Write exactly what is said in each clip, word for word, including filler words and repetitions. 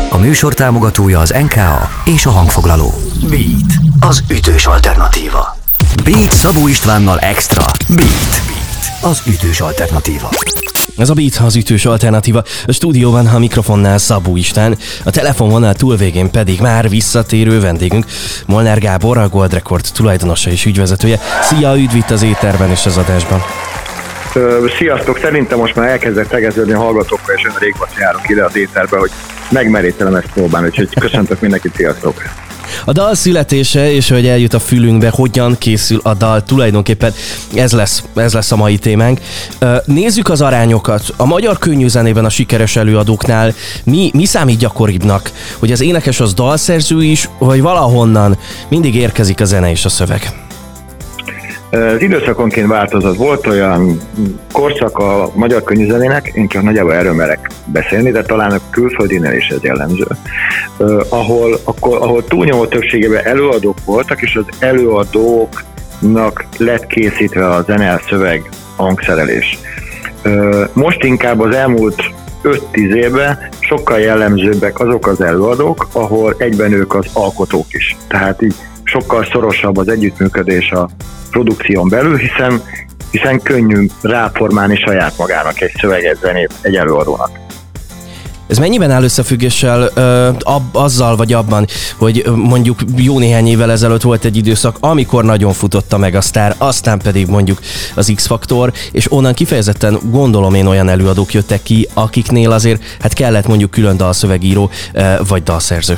A műsor támogatója az en ká á és a hangfoglaló. Beat, az ütős alternatíva. Beat Szabó Istvánnal extra. Beat, az ütős alternatíva. Ez a Beat, az ütős alternatíva. A stúdióban a mikrofonnál Szabó István, a telefonvonal túlvégén pedig már visszatérő vendégünk, Molnár Gábor, a Gold Record tulajdonosa és ügyvezetője. Szia, üdv itt az éterben és az adásban. Sziasztok! Szerintem most már elkezdett tegeződni a hallgatókkal, és olyan régóta járok ide az éterbe, hogy megmerítelem ezt próbálni, úgyhogy köszöntök mindenkit, sziasztok! A dal születése, és hogy eljut a fülünkbe, hogyan készül a dal, tulajdonképpen ez lesz, ez lesz a mai témánk. Nézzük az arányokat. A magyar könnyűzenében a sikeres előadóknál mi, mi számít gyakoribbnak? Hogy az énekes az dalszerző is, vagy valahonnan mindig érkezik a zene és a szöveg? Az időszakonként változott. Volt olyan korszak a magyar könnyűzenének, én csak nagyjából erről merek beszélni, de talán a külföldinél is ez jellemző, uh, ahol, akkor, ahol túlnyomó többségében előadók voltak, és az előadóknak lett készítve a zene, a szöveg, a hangszerelés. Uh, most inkább az elmúlt öt-tíz évben sokkal jellemzőbbek azok az előadók, ahol egyben ők az alkotók is. Tehát így sokkal szorosabb az együttműködés a produkción belül, hiszen, hiszen könnyű ráformálni saját magának egy szöveget, zenét egy előadónak. Ez mennyiben áll összefüggéssel ö, ab, azzal vagy abban, hogy mondjuk jó néhány évvel ezelőtt volt egy időszak, amikor nagyon futotta meg a sztár, aztán pedig mondjuk az X-faktor, és onnan kifejezetten gondolom én olyan előadók jöttek ki, akiknél azért hát kellett mondjuk külön dalszövegíró ö, vagy dalszerző.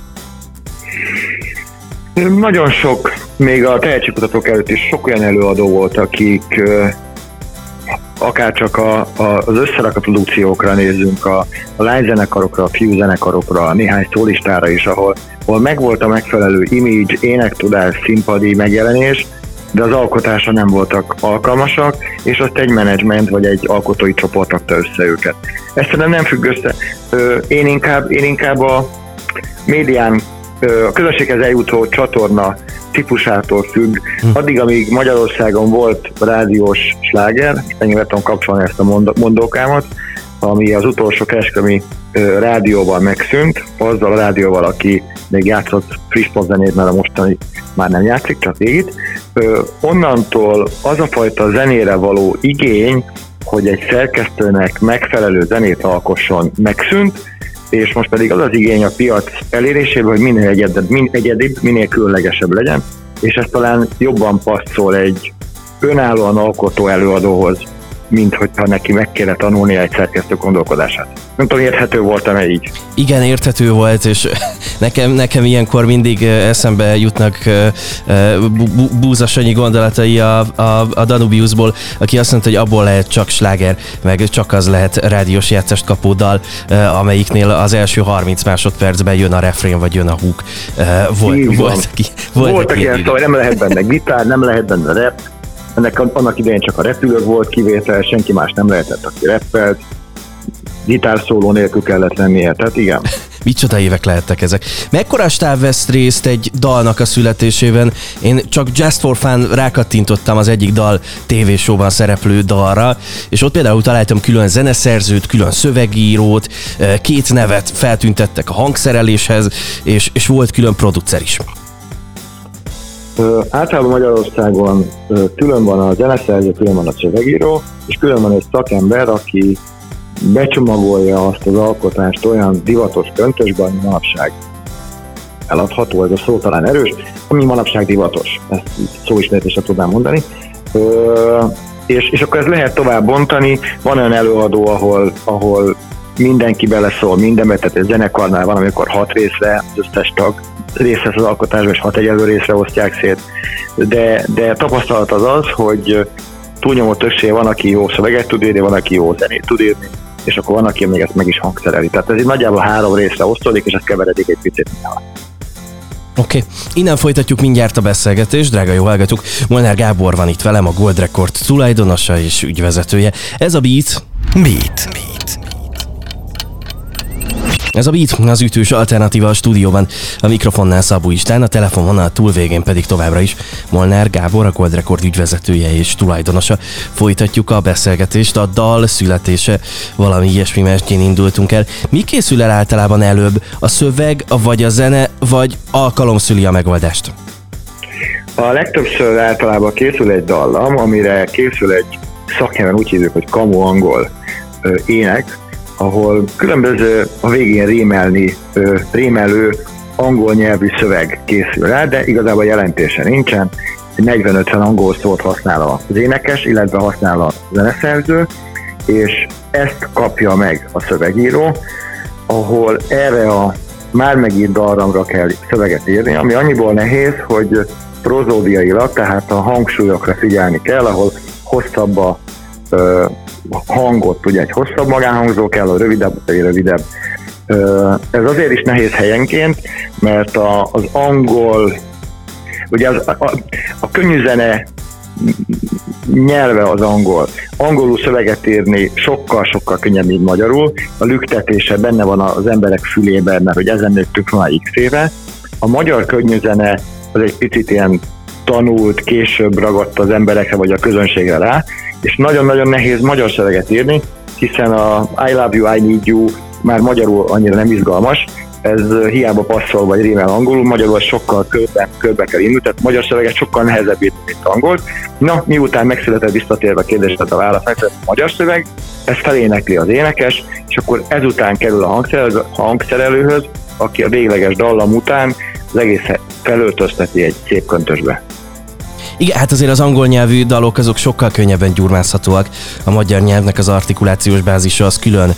Nagyon sok, még a tehetségkutatók előtt is sok olyan előadó volt, akik akár csak a, a, az összerak a produkciókra nézzünk, a, a lányzenekarokra, a fiúzenekarokra, néhány szólistára is, ahol, ahol megvolt a megfelelő image, énektudás, színpadi megjelenés, de az alkotásra nem voltak alkalmasak, és azt egy menedzsment vagy egy alkotói csoport rakta össze őket. Ezt szerintem nem függ össze. Én inkább, én inkább a médián, a közönséghez eljutó csatorna típusától függ. Addig, amíg Magyarországon volt rádiós sláger, ennyire tudom kapcsolni ezt a mondókámat, ami az utolsó kereskedelmi rádióval megszűnt, azzal a rádióval, aki még játszott friss popzenét, mert a mostani már nem játszik, csak régit. Onnantól az a fajta zenére való igény, hogy egy szerkesztőnek megfelelő zenét alkosson, megszűnt, és most pedig az az igény a piac elérésében, hogy minél egyedibb, minél, egyedibb, minél különlegesebb legyen, és ez talán jobban passzol egy önállóan alkotó előadóhoz, mint hogyha neki meg kellett tanulnia egy szerkesztő gondolkodását. Nem tudom, érthető voltam-e így? Igen, érthető volt, és nekem, nekem ilyenkor mindig eszembe jutnak Búza Sanyi gondolatai a, a, a Danubiusból, aki azt mondta, hogy abból lehet csak sláger, meg csak az lehet rádiós játszást kapó dal, amelyiknél az első harminc másodpercben jön a refrén, vagy jön a hook. Volt, volt, aki, volt, Voltak ilyen szó, nem lehet benne gitár, nem lehet benne rap. Ennek annak idején csak a repülő volt kivétel, senki más nem lehetett, aki rappelt. Gitárszóló nélkül kellett lennie, tehát igen. Micsoda évek lehettek ezek. Mekkora stáb vesz részt egy dalnak a születésében? Én csak Just for Fun rákattintottam az egyik dal tévésóban szereplő dalra, és ott például találtam külön zeneszerzőt, külön szövegírót, két nevet feltüntettek a hangszereléshez, és, és volt külön producer is. Ö, általában Magyarországon ö, külön van a zeneszerző, külön van a szövegíró, és külön van egy szakember, aki becsomagolja azt az alkotást olyan divatos köntösben, ami manapság eladható, ez a szó talán erős, ami manapság divatos, ezt szóismétlésre tudnám mondani. Ö, és, és akkor ez lehet tovább bontani, van olyan előadó, ahol, ahol mindenki beleszól mindenbe, tehát egy zenekarnál van, amikor hat részre az összes tag részt vesz az alkotásba, és hat egyelő részre osztják szét. De, de tapasztalat az az, hogy túlnyomó többség van, aki jó szöveget tud írni, van, aki jó zenét tud írni, és akkor van, aki még ezt meg is hangszereli. Tehát ez így nagyjából három részre osztódik, és ez keveredik egy picit nála. Oké, okay. Innen folytatjuk mindjárt a beszélgetést, drága jó hallgatók. Molnár Gábor van itt velem, a Gold Record tulajdonosa és ügyvezetője. Ez a Beat. Beat. Beat. Ez a Beat, az ütős alternatíva a stúdióban, a mikrofonnál Szabó István, a telefonvonal túlvégén pedig továbbra is Molnár Gábor, a Gold Record ügyvezetője és tulajdonosa. Folytatjuk a beszélgetést, a dal születése, valami ilyesmi mestjén indultunk el. Mi készül el általában előbb, a szöveg, vagy a zene, vagy alkalom szüli a megoldást? A legtöbbször általában készül egy dallam, amire készül egy szaknyelven úgy hívjuk, hogy kamu angol ö, ének, ahol különböző a végén rémelni, ö, rémelő angol nyelvű szöveg készül rá, de igazából jelentése nincsen. negyven-ötven angol szót használ az énekes, illetve használ a zeneszerző, és ezt kapja meg a szövegíró, ahol erre a már megírt dallamra kell szöveget írni, ami annyiból nehéz, hogy prozódiailag, tehát a hangsúlyokra figyelni kell, ahol hosszabb a ö, hangot, ugye egy hosszabb magánhangzó kell, a rövidebb, egy rövidebb. Ö, ez azért is nehéz helyenként, mert a, az angol, ugye az, a, a, a könnyű zene nyelve az angol. Angolul szöveget írni sokkal-sokkal könnyebb, mint magyarul. A lüktetése benne van az emberek fülében, mert hogy ezen nőttük már x éve. A magyar könnyű zene az egy picit ilyen tanult, később ragadt az emberekre vagy a közönségre rá, és nagyon-nagyon nehéz magyar szöveget írni, hiszen a I love you, I need you már magyarul annyira nem izgalmas, ez hiába passzol vagy rímel angolul, magyarul sokkal körbe, körbe kell indulni, tehát magyar szöveget sokkal nehezebb írni, mint angolt. Na, miután megszületett visszatérve a kérdés, tehát a válasz megszületett a magyar szöveg, ezt felénekli az énekes, és akkor ezután kerül a hangszerelő, hangszerelőhöz, aki a végleges dallam után az egészet felöltözteti egy szép köntösbe. Igen, hát azért az angol nyelvű dalok azok sokkal könnyebben gyurmázhatóak. A magyar nyelvnek az artikulációs bázisa az külön,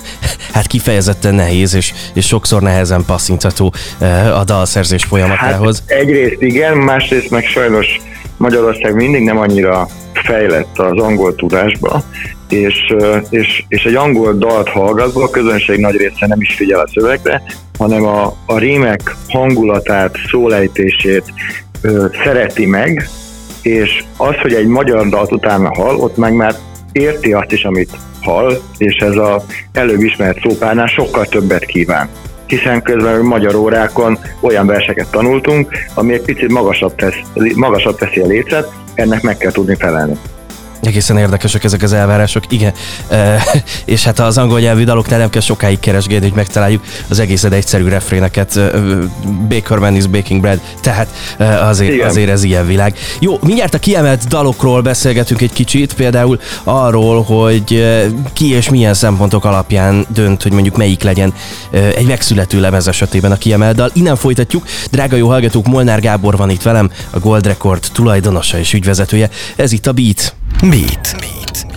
hát kifejezetten nehéz, és, és sokszor nehezen passzintható a dalszerzés folyamatához. Hát egyrészt igen, másrészt meg sajnos Magyarország mindig nem annyira fejlett az angol tudásba, és, és, és egy angol dalt hallgatva a közönség nagy része nem is figyel a szövegre, hanem a, a rímek hangulatát, szólejtését ö, szereti meg, és az, hogy egy magyar dalt utána hall, ott meg már érti azt is, amit hall, és ez az előbb ismert szópárnál sokkal többet kíván. Hiszen közben magyar órákon olyan verseket tanultunk, ami egy picit magasabb, tesz, magasabb teszi a lécet, ennek meg kell tudni felelni. Egészen érdekesek ezek az elvárások, igen. E, és hát az angol nyelvű daloknál nem kell sokáig keresgélni, hogy megtaláljuk az egészen egyszerű refréneket. Baker man is baking bread, tehát azért, azért ez ilyen világ. Jó, mindjárt a kiemelt dalokról beszélgetünk egy kicsit, például arról, hogy ki és milyen szempontok alapján dönt, hogy mondjuk melyik legyen egy megszülető lemez esetében a kiemelt dal. Innen folytatjuk. Drága jó hallgatók, Molnár Gábor van itt velem, a Gold Record tulajdonosa és ügyvezetője. Ez itt a Beat. Beat. Beat.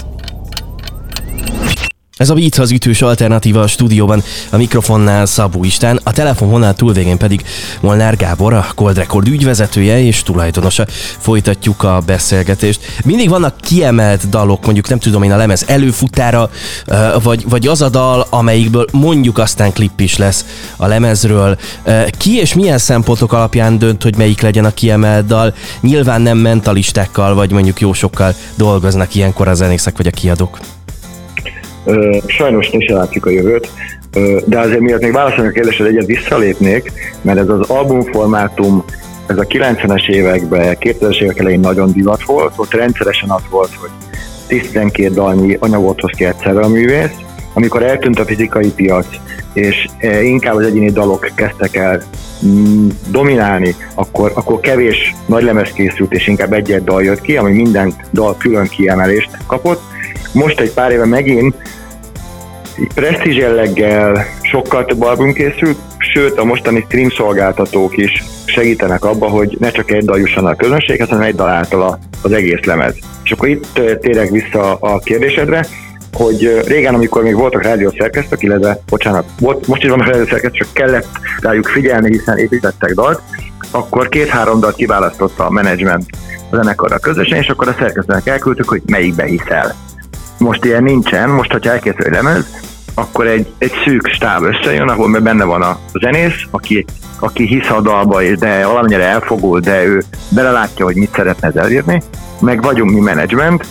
Ez a Beat, az ütős alternatíva a stúdióban, a mikrofonnál Szabó István, a telefonvonal túlvégén pedig Molnár Gábor, a Gold Record ügyvezetője és tulajdonosa. Folytatjuk a beszélgetést. Mindig vannak kiemelt dalok, mondjuk nem tudom én a lemez előfutára, vagy, vagy az a dal, amelyikből mondjuk aztán klip is lesz a lemezről. Ki és milyen szempontok alapján dönt, hogy melyik legyen a kiemelt dal? Nyilván nem mentalistákkal, vagy mondjuk jósokkal dolgoznak ilyenkor a zenészek vagy a kiadók. Sajnos ne látjuk a jövőt, de azért miatt még válaszolni a kérdésre, egyet visszalépnék, mert ez az albumformátum, ez a kilencvenes években, kétezres évek elején nagyon divat volt, ott rendszeresen az volt, hogy tíz-tizenkét dalnyi anyagot hoz ki egyszerre a művész, amikor eltűnt a fizikai piac, és inkább az egyéni dalok kezdtek el dominálni, akkor, akkor kevés nagylemez készült, és inkább egy-egy dal jött ki, ami minden dal külön kiemelést kapott. Most egy pár éve megint presztízs jelleggel sokkal több album készült, sőt a mostani stream szolgáltatók is segítenek abba, hogy ne csak egy dal jusson a közönséghez, hanem egy dal által az egész lemez. És akkor itt térek vissza a kérdésedre, hogy régen, amikor még voltak rádiószerkesztők, illetve, bocsánat, volt, most is vannak rádiószerkesztők, csak kellett rájuk figyelni, hiszen építettek dalt, akkor két-három dalt kiválasztotta a menedzsment a zenekarra közösen, és akkor a szerkesztőnek elküldtük, hogy melyikbe hiszel. Most ilyen nincsen, most, hogyha elkészül egy lemez, akkor egy, egy szűk stáb összejön, ahol benne van a zenész, aki, aki hisz a dalba, de valamennyire elfogul, de ő belelátja, hogy mit szeretne elérni, meg vagyunk mi menedzsment,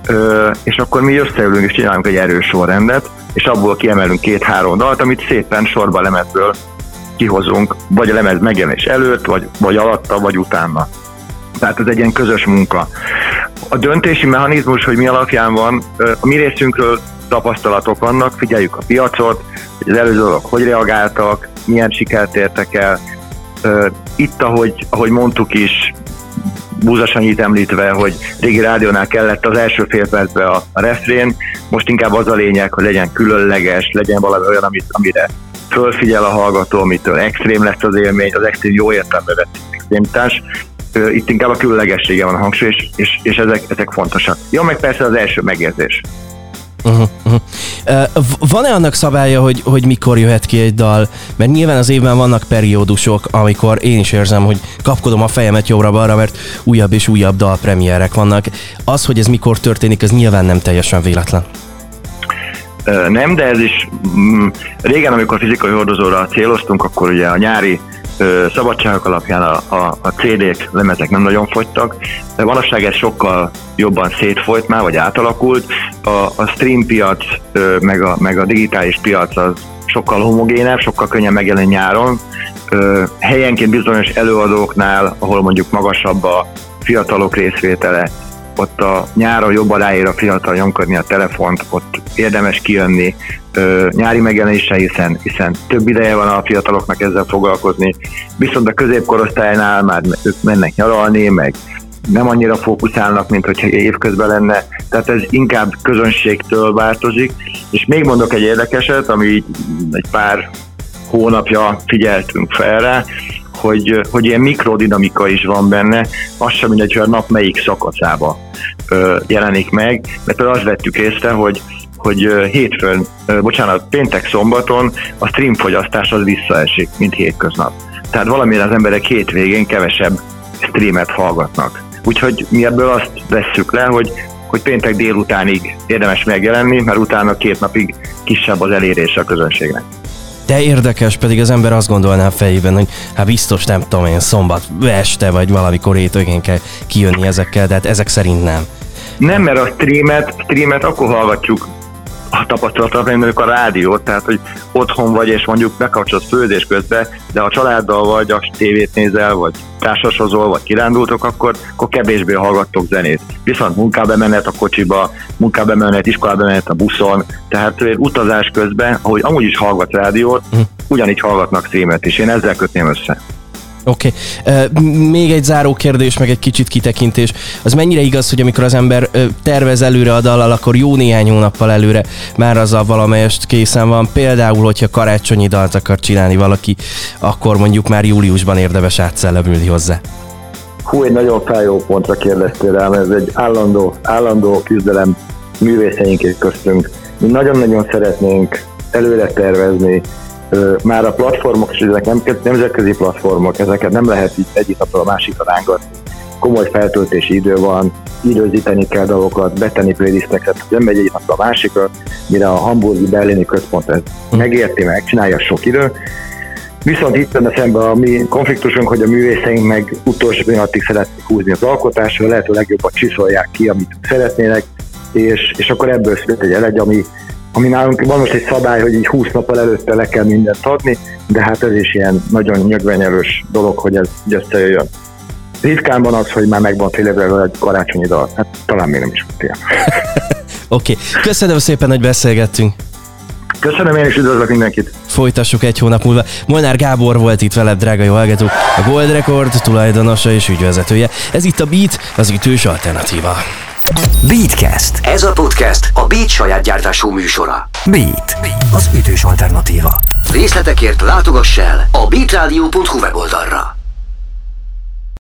és akkor mi összeülünk és csinálunk egy erős sorrendet, és abból kiemelünk két-három dalt, amit szépen sorba lemezből kihozunk, vagy a lemez megjelenés előtt, vagy, vagy alatta, vagy utána. Tehát ez egy ilyen közös munka. A döntési mechanizmus, hogy mi alapján van, a mi részünkről tapasztalatok vannak, figyeljük a piacot, hogy az előző dolgok hogy reagáltak, milyen sikert értek el. Itt, ahogy, ahogy mondtuk is, Búza Sanyit említve, hogy régi rádiónál kellett az első fél percben a, a refrén, most inkább az a lényeg, hogy legyen különleges, legyen valami olyan, amit, amire fölfigyel a hallgató, amitől extrém lesz az élmény, az extrém jó értelembe vett extrémitás. Itt inkább a különlegessége van a hangsúly, és, és, és ezek, ezek fontosak. Jó, meg persze az első megérzés. Uh-huh, uh-huh. Uh, van-e annak szabálya, hogy, hogy mikor jöhet ki egy dal? Mert nyilván az évben vannak periódusok, amikor én is érzem, hogy kapkodom a fejemet jobbra-balra, mert újabb és újabb dalpremierek vannak. Az, hogy ez mikor történik, ez nyilván nem teljesen véletlen. Uh, nem, de ez is mm, régen, amikor fizikai hordozóra céloztunk, akkor ugye a nyári uh, szabadságok alapján a, a, a cé dé-k, lemezek nem nagyon fogytak, de manapság ez sokkal jobban szétfolyt már, vagy átalakult. A, a stream piac, uh, meg, a, meg a digitális piac az sokkal homogénebb, sokkal könnyen megjelenni nyáron. Uh, helyenként bizonyos előadóknál, ahol mondjuk magasabb a fiatalok részvétele, ott a nyáron jobban ráér a fiatal nyomkodni a telefont, ott érdemes kijönni ö, nyári megjelenésre, hiszen, hiszen több ideje van a fiataloknak ezzel foglalkozni. Viszont a középkorosztálynál már ők mennek nyaralni, meg nem annyira fókuszálnak, mint hogyha évközben lenne. Tehát ez inkább közönségtől változik. És még mondok egy érdekeset, ami egy pár hónapja figyeltünk fel rá, hogy, hogy ilyen mikrodinamika is van benne, az sem mindegy, hogy a nap melyik szakaszába ö, jelenik meg, mert például azt vettük észre, hogy, hogy hétfőn, ö, bocsánat, péntek-szombaton a streamfogyasztás az visszaesik, mint hétköznap. Tehát valamire az emberek hétvégén kevesebb streamet hallgatnak. Úgyhogy mi ebből azt vesszük le, hogy, hogy péntek délutánig érdemes megjelenni, mert utána két napig kisebb az elérése a közönségnek. De érdekes, pedig az ember azt gondolná a fejében, hogy hát biztos nem tudom én, szombat este vagy valamikor hétvégén kell kijönni ezekkel, de hát ezek szerint nem. Nem, mert a streamet, streamet akkor hallgatjuk a tapasztalatot, mint a rádiót, tehát hogy otthon vagy, és mondjuk bekapcsolsz főzés közben, de ha családdal vagy, a tévét nézel, vagy társashozol, vagy kirándultok, akkor, akkor kevésbé hallgattok zenét. Viszont munkába menet a kocsiba, munkába menet, iskolába menet a buszon, tehát utazás közben, ahogy amúgy is hallgat rádiót, hm. ugyanígy hallgatnak streamet is. Én ezzel kötném össze. Oké. Okay. Uh, még egy záró kérdés, meg egy kicsit kitekintés. Az mennyire igaz, hogy amikor az ember uh, tervez előre a dallal, akkor jó néhány hónappal előre már azzal valamelyest készen van. Például, hogyha karácsonyi dalt akar csinálni valaki, akkor mondjuk már júliusban érdemes átszellemülni hozzá. Hú, egy nagyon fájó pontra kérdeztél rám, ez egy állandó, állandó küzdelem művészeink köztünk. Mi nagyon-nagyon szeretnénk előre tervezni. Már a platformok, és ezek nem nemzetközi platformok, ezeket nem lehet így egyik napról a másikra rángatni. Komoly feltöltési idő van, időzíteni kell dolgokat, betenni playlisteket, nem megy egyik napról a másikra, mire a hamburgi berlini központ ez megérti, megcsinálja sok idő. Viszont itt lenne szemben a mi konfliktusunk, hogy a művészeink meg utolsó pillanatig szeretnék húzni az alkotásra, lehető legjobban csiszolják ki, amit szeretnének, és, és akkor ebből szület egy elegy, ami ami nálunk van most egy szabály, hogy így húsz nappal előtte le kell mindent adni, de hát ez is ilyen nagyon nyögvenyelős dolog, hogy ez összejöjjön. Ritkán van az, hogy már megvan fél évvel egy karácsonyi dal. Hát talán még nem is volt ilyen. Oké. Okay. Köszönöm szépen, hogy beszélgettünk. Köszönöm, én is üdvözlök mindenkit. Folytassuk egy hónap múlva. Molnár Gábor volt itt veled, drága jó hallgató, a Gold Record tulajdonosa és ügyvezetője. Ez itt a Beat, az ütős alternatíva. Beatcast. Ez a podcast a Beat saját gyártású műsora. Beat, az ütős alternatíva. Részletekért látogass el a beatradio pont hu weboldalra.